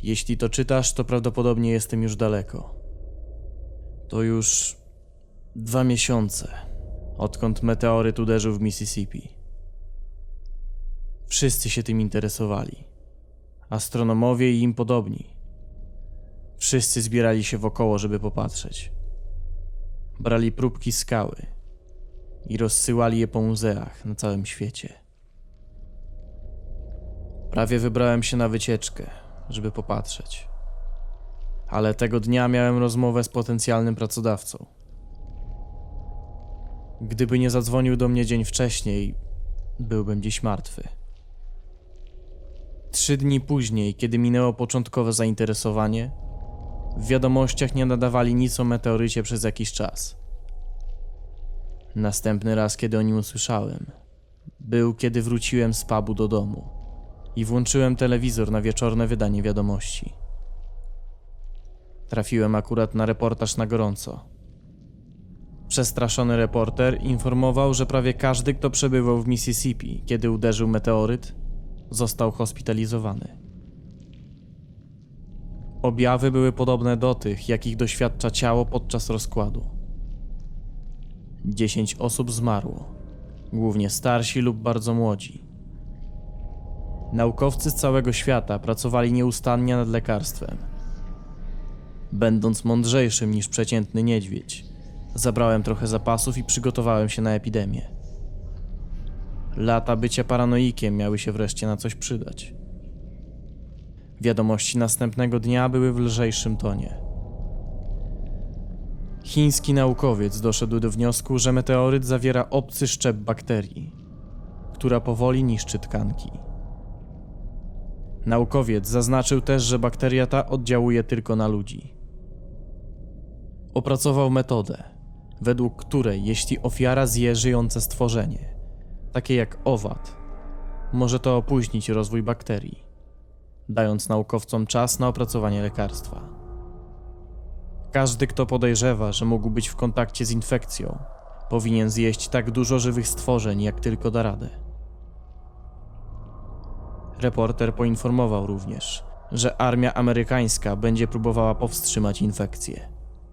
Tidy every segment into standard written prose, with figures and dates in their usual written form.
Jeśli to czytasz, to prawdopodobnie jestem już daleko. To już 2 miesiące, odkąd meteoryt uderzył w Mississippi. Wszyscy się tym interesowali. Astronomowie i im podobni. Wszyscy zbierali się wokoło, żeby popatrzeć. Brali próbki skały i rozsyłali je po muzeach na całym świecie. Prawie wybrałem się na wycieczkę, żeby popatrzeć. Ale tego dnia miałem rozmowę z potencjalnym pracodawcą. Gdyby nie zadzwonił do mnie dzień wcześniej, byłbym dziś martwy. 3 dni później, kiedy minęło początkowe zainteresowanie, w wiadomościach nie nadawali nic o meteorycie przez jakiś czas. Następny raz, kiedy o nim usłyszałem, był kiedy wróciłem z pubu do domu i włączyłem telewizor na wieczorne wydanie wiadomości. Trafiłem akurat na reportaż na gorąco. Przestraszony reporter informował, że prawie każdy, kto przebywał w Mississippi, kiedy uderzył meteoryt, został hospitalizowany. Objawy były podobne do tych, jakich doświadcza ciało podczas rozkładu. 10 osób zmarło, głównie starsi lub bardzo młodzi. Naukowcy z całego świata pracowali nieustannie nad lekarstwem. Będąc mądrzejszym niż przeciętny niedźwiedź, zabrałem trochę zapasów i przygotowałem się na epidemię. Lata bycia paranoikiem miały się wreszcie na coś przydać. Wiadomości następnego dnia były w lżejszym tonie. Chiński naukowiec doszedł do wniosku, że meteoryt zawiera obcy szczep bakterii, która powoli niszczy tkanki. Naukowiec zaznaczył też, że bakteria ta oddziałuje tylko na ludzi. Opracował metodę, według której jeśli ofiara zje żyjące stworzenie, takie jak owad, może to opóźnić rozwój bakterii, dając naukowcom czas na opracowanie lekarstwa. Każdy, kto podejrzewa, że mógł być w kontakcie z infekcją, powinien zjeść tak dużo żywych stworzeń, jak tylko da radę. Reporter poinformował również, że armia amerykańska będzie próbowała powstrzymać infekcję.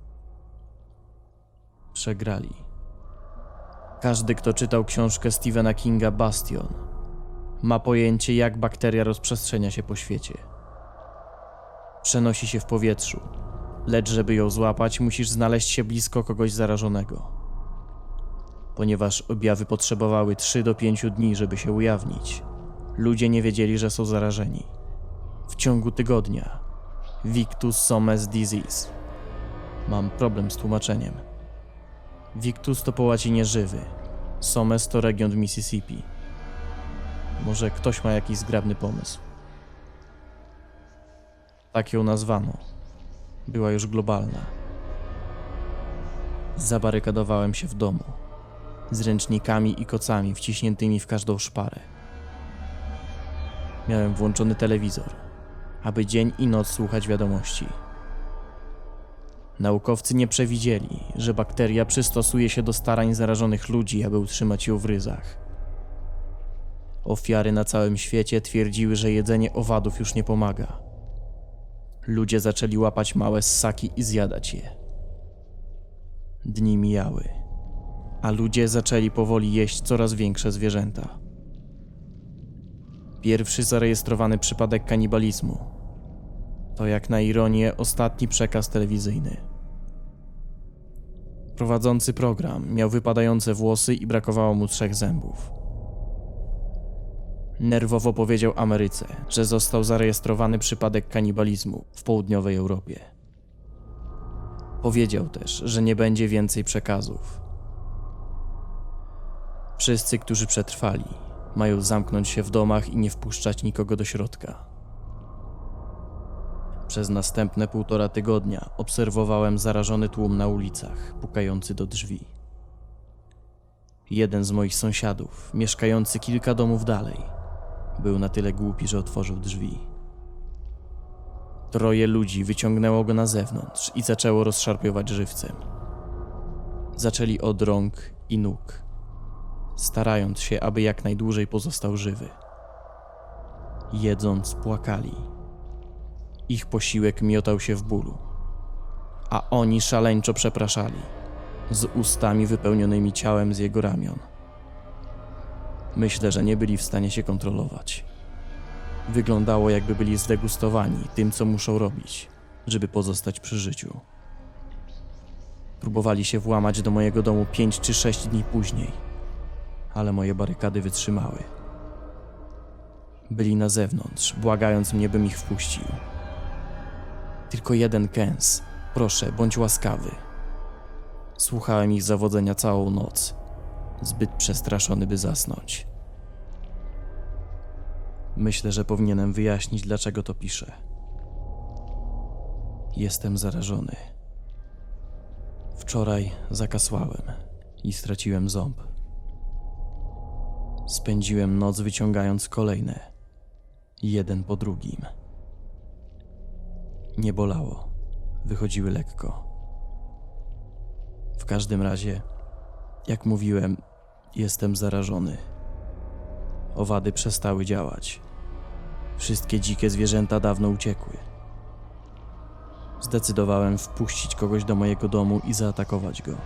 Przegrali. Każdy, kto czytał książkę Stephena Kinga Bastion, ma pojęcie, jak bakteria rozprzestrzenia się po świecie. Przenosi się w powietrzu, lecz żeby ją złapać, musisz znaleźć się blisko kogoś zarażonego. Ponieważ objawy potrzebowały 3 do 5 dni, żeby się ujawnić, ludzie nie wiedzieli, że są zarażeni. W ciągu tygodnia. Victus Somes Disease. Mam problem z tłumaczeniem. Victus to po łacinie żywy. Somes to region w Mississippi. Może ktoś ma jakiś zgrabny pomysł. Tak ją nazwano. Była już globalna. Zabarykadowałem się w domu, z ręcznikami i kocami wciśniętymi w każdą szparę. Miałem włączony telewizor, aby dzień i noc słuchać wiadomości. Naukowcy nie przewidzieli, że bakteria przystosuje się do starań zarażonych ludzi, aby utrzymać ją w ryzach. Ofiary na całym świecie twierdziły, że jedzenie owadów już nie pomaga. Ludzie zaczęli łapać małe ssaki i zjadać je. Dni mijały, a ludzie zaczęli powoli jeść coraz większe zwierzęta. Pierwszy zarejestrowany przypadek kanibalizmu to, jak na ironię, ostatni przekaz telewizyjny. Prowadzący program miał wypadające włosy i brakowało mu 3 zębów. Nerwowo powiedział Ameryce, że został zarejestrowany przypadek kanibalizmu w południowej Europie. Powiedział też, że nie będzie więcej przekazów. Wszyscy, którzy przetrwali, mają zamknąć się w domach i nie wpuszczać nikogo do środka. Przez następne 1,5 tygodnia obserwowałem zarażony tłum na ulicach, pukający do drzwi. Jeden z moich sąsiadów, mieszkający kilka domów dalej, był na tyle głupi, że otworzył drzwi. 3 ludzi wyciągnęło go na zewnątrz i zaczęło rozszarpywać żywcem. Zaczęli od rąk i nóg, starając się, aby jak najdłużej pozostał żywy. Jedząc, płakali. Ich posiłek miotał się w bólu, a oni szaleńczo przepraszali, z ustami wypełnionymi ciałem z jego ramion. Myślę, że nie byli w stanie się kontrolować. Wyglądało, jakby byli zdegustowani tym, co muszą robić, żeby pozostać przy życiu. Próbowali się włamać do mojego domu 5 czy 6 dni później, ale moje barykady wytrzymały. Byli na zewnątrz, błagając mnie, bym ich wpuścił. Tylko jeden kęs. Proszę, bądź łaskawy. Słuchałem ich zawodzenia całą noc, zbyt przestraszony, by zasnąć. Myślę, że powinienem wyjaśnić, dlaczego to piszę. Jestem zarażony. Wczoraj zakasłałem i straciłem ząb. Spędziłem noc wyciągając kolejne, jeden po drugim. Nie bolało, wychodziły lekko. W każdym razie, jak mówiłem, jestem zarażony. Owady przestały działać. Wszystkie dzikie zwierzęta dawno uciekły. Zdecydowałem wpuścić kogoś do mojego domu i zaatakować go.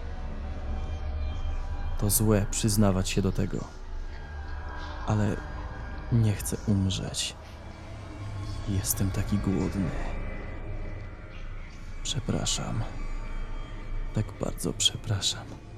To złe przyznawać się do tego, ale nie chcę umrzeć. Jestem taki głodny. Przepraszam. Tak bardzo przepraszam.